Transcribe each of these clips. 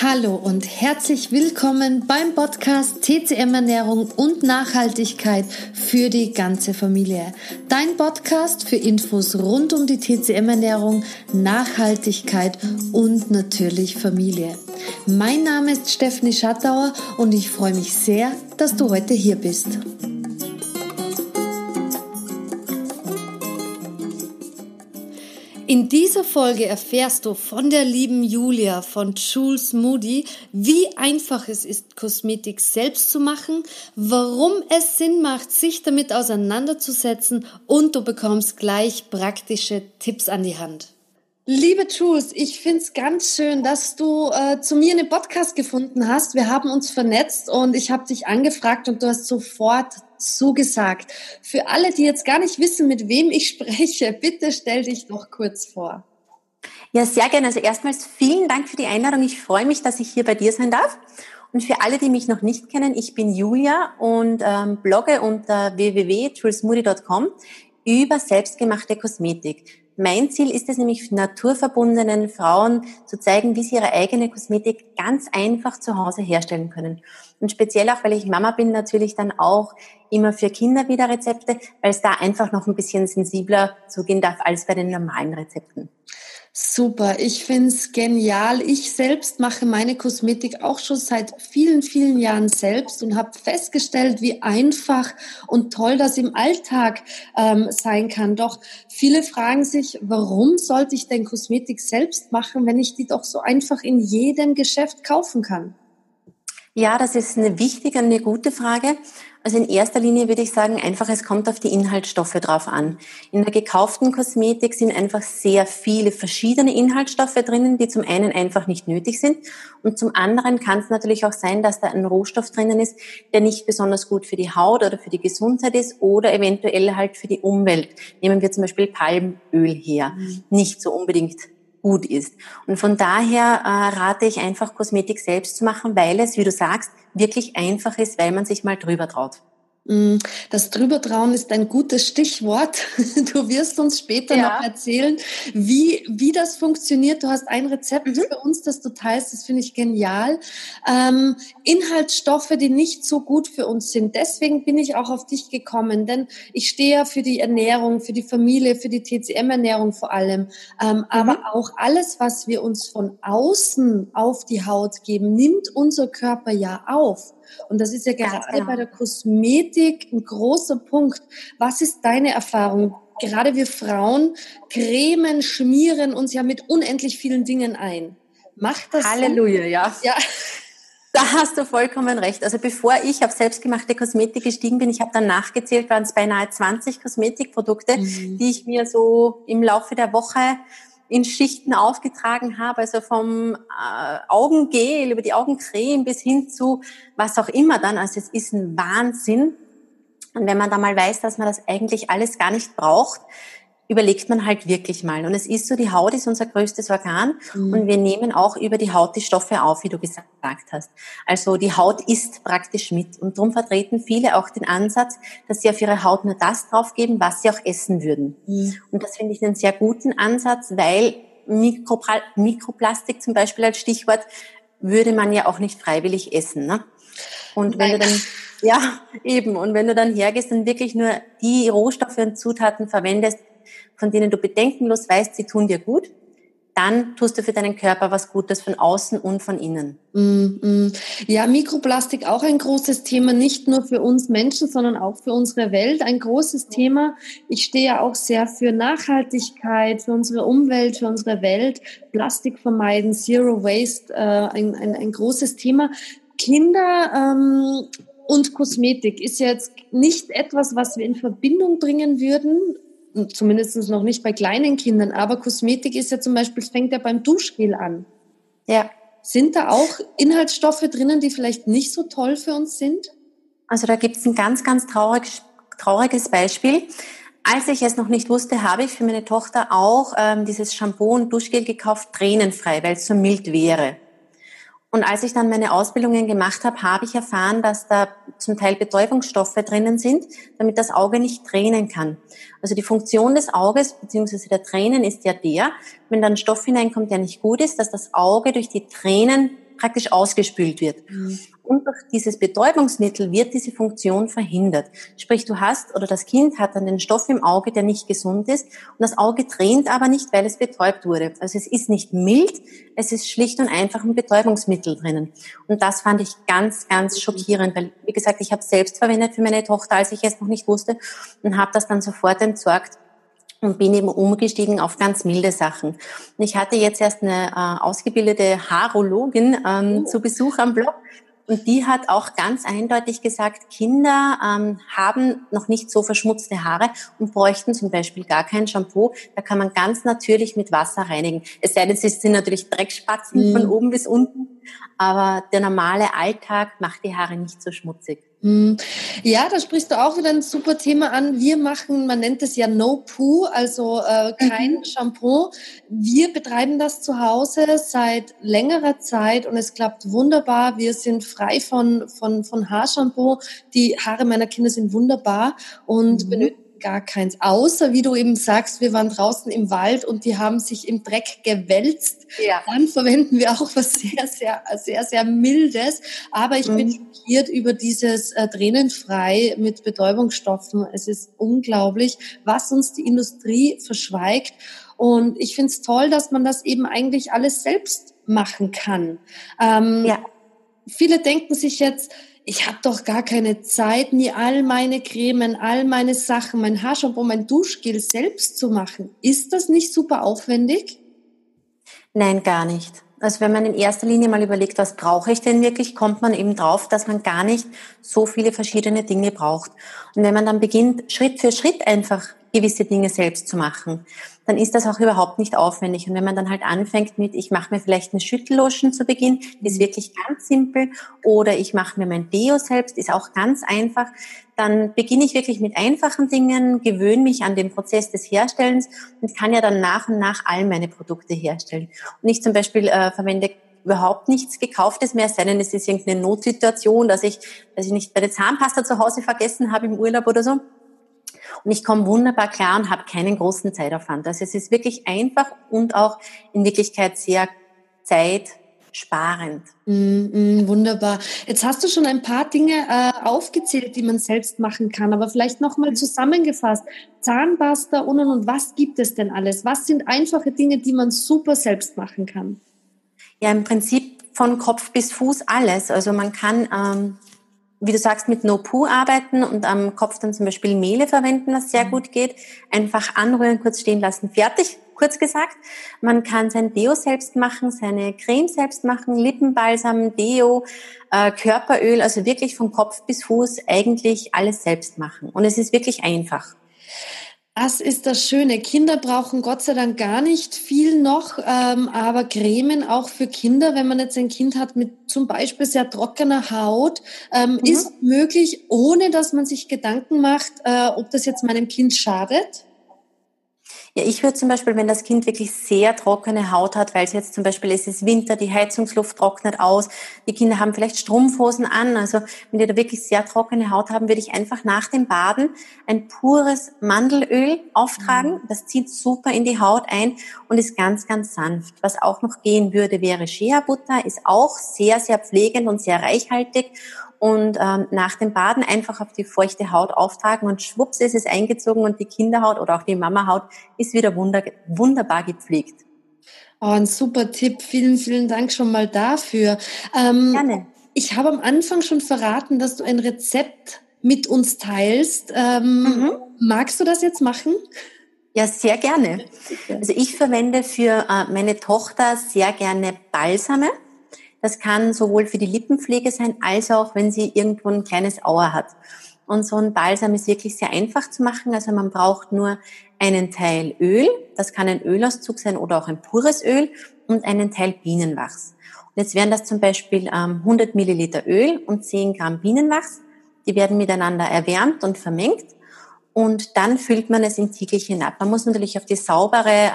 Hallo und herzlich willkommen beim Podcast TCM Ernährung und Nachhaltigkeit für die ganze Familie. Dein Podcast für Infos rund um die TCM Ernährung, Nachhaltigkeit und natürlich Familie. Mein Name ist Stefanie Schattauer und ich freue mich sehr, dass du heute hier bist. In dieser Folge erfährst du von der lieben Julia von Jules Moody, wie einfach es ist, Kosmetik selbst zu machen, warum es Sinn macht, sich damit auseinanderzusetzen und du bekommst gleich praktische Tipps an die Hand. Liebe Jules, ich finde es ganz schön, dass du zu mir einen Podcast gefunden hast. Wir haben uns vernetzt und ich habe dich angefragt und du hast sofort zugesagt. Für alle, die jetzt gar nicht wissen, mit wem ich spreche, bitte stell dich doch kurz vor. Ja, sehr gerne. Also erstmals vielen Dank für die Einladung. Ich freue mich, dass ich hier bei dir sein darf. Und für alle, die mich noch nicht kennen, ich bin Julia und blogge unter www.julesmoody.com über selbstgemachte Kosmetik. Mein Ziel ist es nämlich, naturverbundenen Frauen zu zeigen, wie sie ihre eigene Kosmetik ganz einfach zu Hause herstellen können. Und speziell auch, weil ich Mama bin, natürlich dann auch immer für Kinder wieder Rezepte, weil es da einfach noch ein bisschen sensibler zugehen darf als bei den normalen Rezepten. Super, ich find's genial. Ich selbst mache meine Kosmetik auch schon seit vielen, vielen Jahren selbst und habe festgestellt, wie einfach und toll das im Alltag sein kann. Doch viele fragen sich, warum sollte ich denn Kosmetik selbst machen, wenn ich die doch so einfach in jedem Geschäft kaufen kann? Ja, das ist eine wichtige und eine gute Frage. Also in erster Linie würde ich sagen, einfach, es kommt auf die Inhaltsstoffe drauf an. In der gekauften Kosmetik sind einfach sehr viele verschiedene Inhaltsstoffe drinnen, die zum einen einfach nicht nötig sind und zum anderen kann es natürlich auch sein, dass da ein Rohstoff drinnen ist, der nicht besonders gut für die Haut oder für die Gesundheit ist oder eventuell halt für die Umwelt. Nehmen wir zum Beispiel Palmöl her. Nicht so unbedingt gut ist. Und von daher rate ich einfach, Kosmetik selbst zu machen, weil es, wie du sagst, wirklich einfach ist, weil man sich mal drüber traut. Das Drübertrauen ist ein gutes Stichwort. Du wirst uns später noch erzählen, wie das funktioniert. Du hast ein Rezept für uns, das du teilst. Das finde ich genial. Inhaltsstoffe, die nicht so gut für uns sind. Deswegen bin ich auch auf dich gekommen, denn ich stehe ja für die Ernährung, für die Familie, für die TCM-Ernährung vor allem. Aber auch alles, was wir uns von außen auf die Haut geben, nimmt unser Körper ja auf. Und das ist ja gerade bei der Kosmetik ein großer Punkt. Was ist deine Erfahrung? Gerade wir Frauen cremen, schmieren uns ja mit unendlich vielen Dingen ein. Macht das Halleluja, Sinn? Ja. Da hast du vollkommen recht. Also bevor ich auf selbstgemachte Kosmetik gestiegen bin, ich habe dann nachgezählt, waren es beinahe 20 Kosmetikprodukte, die ich mir so im Laufe der Woche in Schichten aufgetragen habe, also vom Augengel über die Augencreme bis hin zu was auch immer dann. Also es ist ein Wahnsinn. Und wenn man da mal weiß, dass man das eigentlich alles gar nicht braucht, überlegt man halt wirklich mal. Und es ist so, die Haut ist unser größtes Organ und wir nehmen auch über die Haut die Stoffe auf, wie du gesagt hast. Also die Haut isst praktisch mit. Und darum vertreten viele auch den Ansatz, dass sie auf ihre Haut nur das draufgeben, was sie auch essen würden. Und das finde ich einen sehr guten Ansatz, weil Mikroplastik zum Beispiel als Stichwort würde man ja auch nicht freiwillig essen, ne? Und wenn du dann, und wenn du dann hergehst und wirklich nur die Rohstoffe und Zutaten verwendest, von denen du bedenkenlos weißt, sie tun dir gut, dann tust du für deinen Körper was Gutes von außen und von innen. Ja, Mikroplastik auch ein großes Thema, nicht nur für uns Menschen, sondern auch für unsere Welt ein großes Thema. Ich stehe ja auch sehr für Nachhaltigkeit, für unsere Umwelt, für unsere Welt. Plastik vermeiden, Zero Waste, ein großes Thema. Kinder und Kosmetik ist jetzt nicht etwas, was wir in Verbindung bringen würden, zumindest noch nicht bei kleinen Kindern, aber Kosmetik ist ja zum Beispiel, fängt ja beim Duschgel an. Ja. Sind da auch Inhaltsstoffe drinnen, die vielleicht nicht so toll für uns sind? Also da gibt's ein ganz, ganz trauriges Beispiel. Als ich es noch nicht wusste, habe ich für meine Tochter auch dieses Shampoo und Duschgel gekauft, tränenfrei, weil es so mild wäre. Und als ich dann meine Ausbildungen gemacht habe, habe ich erfahren, dass da zum Teil Betäubungsstoffe drinnen sind, damit das Auge nicht tränen kann. Also die Funktion des Auges bzw. der Tränen ist ja der, wenn da ein Stoff hineinkommt, der nicht gut ist, dass das Auge durch die Tränen praktisch ausgespült wird. Und durch dieses Betäubungsmittel wird diese Funktion verhindert. Sprich, du hast oder das Kind hat dann den Stoff im Auge, der nicht gesund ist, und das Auge tränt aber nicht, weil es betäubt wurde. Also es ist nicht mild, es ist schlicht und einfach ein Betäubungsmittel drinnen. Und das fand ich ganz, ganz schockierend, weil, wie gesagt, ich habe es selbst verwendet für meine Tochter, als ich es noch nicht wusste, und habe das dann sofort entsorgt und bin eben umgestiegen auf ganz milde Sachen. Und ich hatte jetzt erst eine ausgebildete Haarologin zu Besuch am Blog. Und die hat auch ganz eindeutig gesagt, Kinder haben noch nicht so verschmutzte Haare und bräuchten zum Beispiel gar kein Shampoo. Da kann man ganz natürlich mit Wasser reinigen. Es sei denn, es sind natürlich Dreckspatzen von oben bis unten. Aber der normale Alltag macht die Haare nicht so schmutzig. Ja, da sprichst du auch wieder ein super Thema an. Wir machen, man nennt es ja No-Poo, also kein Shampoo. Wir betreiben das zu Hause seit längerer Zeit und es klappt wunderbar. Wir sind frei von Haarshampoo. Die Haare meiner Kinder sind wunderbar und benötigen gar keins. Außer, wie du eben sagst, wir waren draußen im Wald und die haben sich im Dreck gewälzt. Ja. Dann verwenden wir auch was sehr Mildes. Aber ich bin schockiert über dieses tränenfrei mit Betäubungsstoffen. Es ist unglaublich, was uns die Industrie verschweigt. Und ich finde es toll, dass man das eben eigentlich alles selbst machen kann. Viele denken sich jetzt, ich habe doch gar keine Zeit, mir all meine Cremen, all meine Sachen, mein Haarshampoo, mein Duschgel selbst zu machen. Ist das nicht super aufwendig? Nein, gar nicht. Also wenn man in erster Linie mal überlegt, was brauche ich denn wirklich, kommt man eben drauf, dass man gar nicht so viele verschiedene Dinge braucht. Und wenn man dann beginnt, Schritt für Schritt einfach gewisse Dinge selbst zu machen, dann ist das auch überhaupt nicht aufwendig. Und wenn man dann halt anfängt mit, ich mache mir vielleicht eine Schüttellotion zu Beginn, die ist wirklich ganz simpel, oder ich mache mir mein Deo selbst, ist auch ganz einfach, dann beginne ich wirklich mit einfachen Dingen, gewöhne mich an den Prozess des Herstellens und kann ja dann nach und nach all meine Produkte herstellen. Und ich zum Beispiel verwende überhaupt nichts Gekauftes mehr, es sei denn, es ist irgendeine Notsituation, dass ich nicht meine Zahnpasta zu Hause vergessen habe im Urlaub oder so. Und ich komme wunderbar klar und habe keinen großen Zeitaufwand. Also es ist wirklich einfach und auch in Wirklichkeit sehr zeitsparend. Wunderbar. Jetzt hast du schon ein paar Dinge aufgezählt, die man selbst machen kann, aber vielleicht nochmal zusammengefasst. Zahnpasta und was gibt es denn alles? Was sind einfache Dinge, die man super selbst machen kann? Ja, im Prinzip von Kopf bis Fuß alles. Also man kann wie du sagst, mit No-Poo arbeiten und am Kopf dann zum Beispiel Mehle verwenden, was sehr gut geht. Einfach anrühren, kurz stehen lassen, fertig, kurz gesagt. Man kann sein Deo selbst machen, seine Creme selbst machen, Lippenbalsam, Deo, Körperöl, also wirklich von Kopf bis Fuß eigentlich alles selbst machen. Und es ist wirklich einfach. Das ist das Schöne. Kinder brauchen Gott sei Dank gar nicht viel noch, aber Cremen auch für Kinder, wenn man jetzt ein Kind hat mit zum Beispiel sehr trockener Haut, ist möglich, ohne dass man sich Gedanken macht, ob das jetzt meinem Kind schadet. Ja, ich würde zum Beispiel, wenn das Kind wirklich sehr trockene Haut hat, weil es jetzt zum Beispiel, es ist Winter, die Heizungsluft trocknet aus, die Kinder haben vielleicht Strumpfhosen an, also wenn die da wirklich sehr trockene Haut haben, würde ich einfach nach dem Baden ein pures Mandelöl auftragen. Das zieht super in die Haut ein und ist ganz, ganz sanft. Was auch noch gehen würde, wäre Shea-Butter, ist auch sehr, sehr pflegend und sehr reichhaltig. Und nach dem Baden einfach auf die feuchte Haut auftragen und schwupps ist es eingezogen und die Kinderhaut oder auch die Mamahaut ist wieder wunderbar gepflegt. Oh, ein super Tipp. Vielen, vielen Dank schon mal dafür. Gerne. Ich habe am Anfang schon verraten, dass du ein Rezept mit uns teilst. Magst du das jetzt machen? Ja, sehr gerne. Also ich verwende für meine Tochter sehr gerne Balsame. Das kann sowohl für die Lippenpflege sein, als auch, wenn sie irgendwo ein kleines Auer hat. Und so ein Balsam ist wirklich sehr einfach zu machen. Also man braucht nur einen Teil Öl, das kann ein Ölauszug sein oder auch ein pures Öl, und einen Teil Bienenwachs. Und jetzt wären das zum Beispiel 100 Milliliter Öl und 10 Gramm Bienenwachs. Die werden miteinander erwärmt und vermengt. Und dann füllt man es in Tiegelchen ab. Man muss natürlich auf das saubere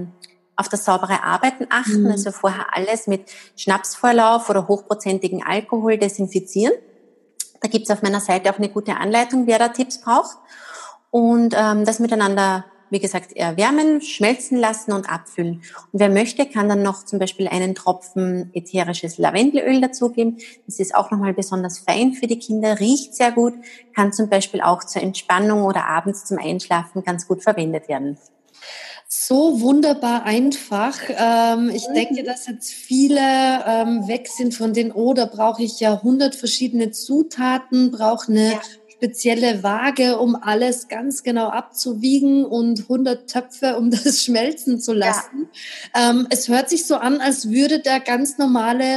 Arbeiten achten, also vorher alles mit Schnapsvorlauf oder hochprozentigen Alkohol desinfizieren. Da gibt's auf meiner Seite auch eine gute Anleitung, wer da Tipps braucht. Und das miteinander wie gesagt, erwärmen, schmelzen lassen und abfüllen. Und wer möchte, kann dann noch zum Beispiel einen Tropfen ätherisches Lavendelöl dazugeben. Das ist auch nochmal besonders fein für die Kinder, riecht sehr gut, kann zum Beispiel auch zur Entspannung oder abends zum Einschlafen ganz gut verwendet werden. So wunderbar einfach. Ich denke, dass jetzt viele weg sind von den, da brauche ich ja 100 verschiedene Zutaten, brauche eine spezielle Waage, um alles ganz genau abzuwiegen und 100 Töpfe, um das schmelzen zu lassen. Ja. Es hört sich so an, als würde der ganz normale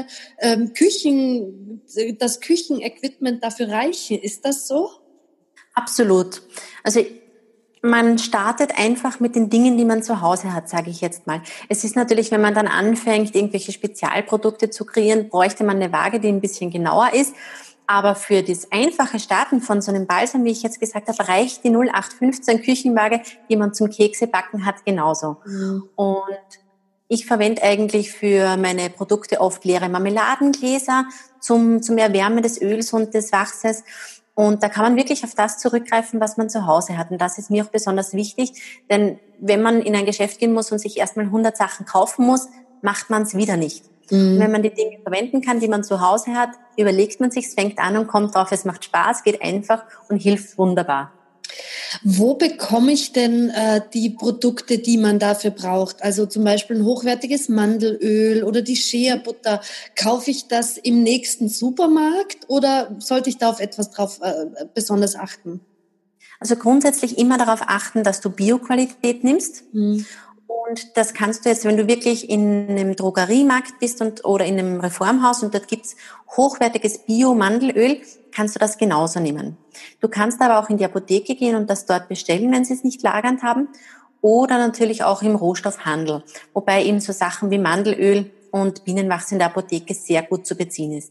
das Küchenequipment dafür reichen. Ist das so? Absolut. Also man startet einfach mit den Dingen, die man zu Hause hat, sage ich jetzt mal. Es ist natürlich, wenn man dann anfängt, irgendwelche Spezialprodukte zu kreieren, bräuchte man eine Waage, die ein bisschen genauer ist. Aber für das einfache Starten von so einem Balsam, wie ich jetzt gesagt habe, reicht die 0815 Küchenwaage, die man zum Keksebacken hat, genauso. Mhm. Und ich verwende eigentlich für meine Produkte oft leere Marmeladengläser zum Erwärmen des Öls und des Wachses. Und da kann man wirklich auf das zurückgreifen, was man zu Hause hat. Und das ist mir auch besonders wichtig, denn wenn man in ein Geschäft gehen muss und sich erstmal 100 Sachen kaufen muss, macht man es wieder nicht. Mhm. Und wenn man die Dinge verwenden kann, die man zu Hause hat, überlegt man sich, fängt an und kommt drauf, es macht Spaß, geht einfach und hilft wunderbar. Wo bekomme ich denn die Produkte, die man dafür braucht? Also zum Beispiel ein hochwertiges Mandelöl oder die Shea-Butter. Kaufe ich das im nächsten Supermarkt oder sollte ich da auf etwas drauf besonders achten? Also grundsätzlich immer darauf achten, dass du Bioqualität nimmst. Mhm. Und das kannst du jetzt, wenn du wirklich in einem Drogeriemarkt bist oder in einem Reformhaus und dort gibt's hochwertiges Bio-Mandelöl, kannst du das genauso nehmen. Du kannst aber auch in die Apotheke gehen und das dort bestellen, wenn sie es nicht lagernd haben. Oder natürlich auch im Rohstoffhandel, wobei eben so Sachen wie Mandelöl und Bienenwachs in der Apotheke sehr gut zu beziehen ist.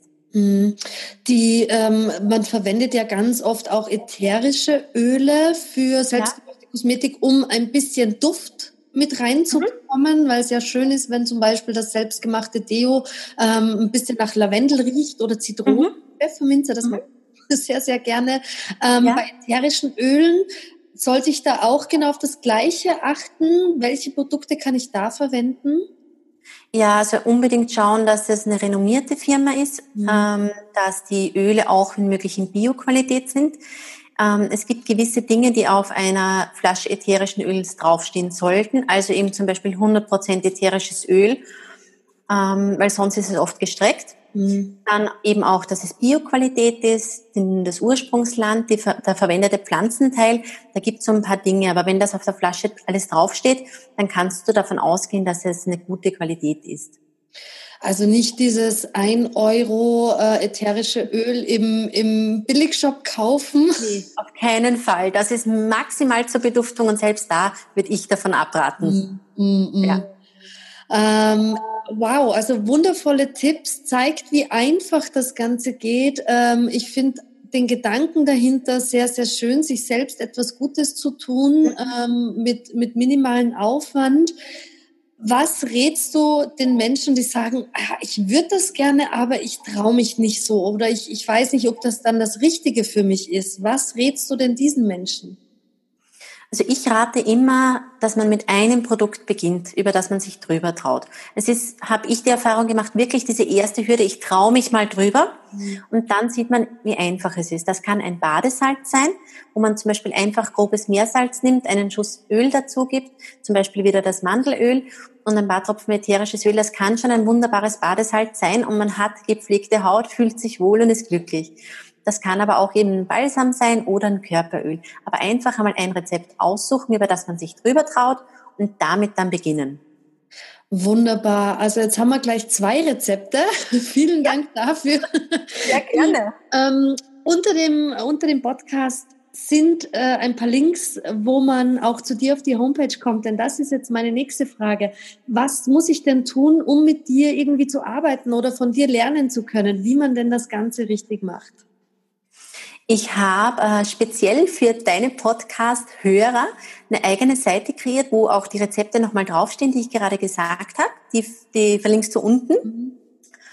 Man verwendet ja ganz oft auch ätherische Öle für selbstgemachte Kosmetik, um ein bisschen Duft mit reinzubekommen, weil es ja schön ist, wenn zum Beispiel das selbstgemachte Deo ein bisschen nach Lavendel riecht oder Zitrone, Pfefferminze, das mag ich sehr, sehr gerne. Bei ätherischen Ölen sollte ich da auch genau auf das Gleiche achten? Welche Produkte kann ich da verwenden? Ja, also unbedingt schauen, dass es eine renommierte Firma ist, dass die Öle auch in möglich in Bioqualität sind. Es gibt gewisse Dinge, die auf einer Flasche ätherischen Öls draufstehen sollten, also eben zum Beispiel 100% ätherisches Öl, weil sonst ist es oft gestreckt. Dann eben auch, dass es Bioqualität ist, das Ursprungsland, der verwendete Pflanzenteil, da gibt es so ein paar Dinge, aber wenn das auf der Flasche alles draufsteht, dann kannst du davon ausgehen, dass es eine gute Qualität ist. Also nicht dieses 1 Euro ätherische Öl im Billigshop kaufen? Nee, auf keinen Fall. Das ist maximal zur Beduftung und selbst da würde ich davon abraten. Ja. Wow, also wundervolle Tipps, zeigt, wie einfach das Ganze geht. Ich finde den Gedanken dahinter sehr, sehr schön, sich selbst etwas Gutes zu tun, mit minimalen Aufwand. Was rätst du den Menschen, die sagen, ich würde das gerne, aber ich traue mich nicht so oder ich weiß nicht, ob das dann das Richtige für mich ist. Was rätst du denn diesen Menschen? Also ich rate immer, dass man mit einem Produkt beginnt, über das man sich drüber traut. Habe ich die Erfahrung gemacht, wirklich diese erste Hürde, ich traue mich mal drüber und dann sieht man, wie einfach es ist. Das kann ein Badesalz sein, wo man zum Beispiel einfach grobes Meersalz nimmt, einen Schuss Öl dazu gibt, zum Beispiel wieder das Mandelöl und ein paar Tropfen ätherisches Öl. Das kann schon ein wunderbares Badesalz sein und man hat gepflegte Haut, fühlt sich wohl und ist glücklich. Das kann aber auch eben ein Balsam sein oder ein Körperöl. Aber einfach einmal ein Rezept aussuchen, über das man sich drüber traut und damit dann beginnen. Wunderbar. Also jetzt haben wir gleich 2 Rezepte. Vielen Dank dafür. Ja, gerne. Unter dem Podcast sind ein paar Links, wo man auch zu dir auf die Homepage kommt. Denn das ist jetzt meine nächste Frage. Was muss ich denn tun, um mit dir irgendwie zu arbeiten oder von dir lernen zu können, wie man denn das Ganze richtig macht? Ich habe speziell für deine Podcast-Hörer eine eigene Seite kreiert, wo auch die Rezepte nochmal draufstehen, die ich gerade gesagt habe. Die verlinkst du unten.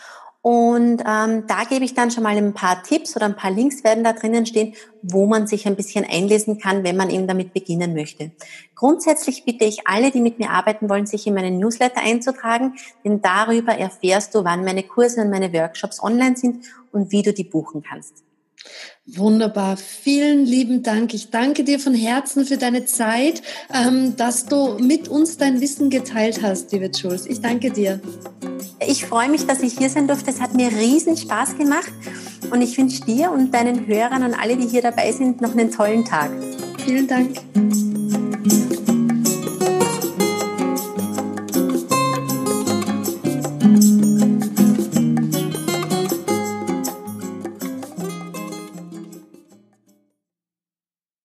Und da gebe ich dann schon mal ein paar Tipps oder ein paar Links werden da drinnen stehen, wo man sich ein bisschen einlesen kann, wenn man eben damit beginnen möchte. Grundsätzlich bitte ich alle, die mit mir arbeiten wollen, sich in meinen Newsletter einzutragen, denn darüber erfährst du, wann meine Kurse und meine Workshops online sind und wie du die buchen kannst. Wunderbar, vielen lieben Dank. Ich danke dir von Herzen für deine Zeit, dass du mit uns dein Wissen geteilt hast, liebe Jules. Ich danke dir. Ich freue mich, dass ich hier sein durfte. Es hat mir riesen Spaß gemacht und ich wünsche dir und deinen Hörern und alle, die hier dabei sind, noch einen tollen Tag. Vielen Dank.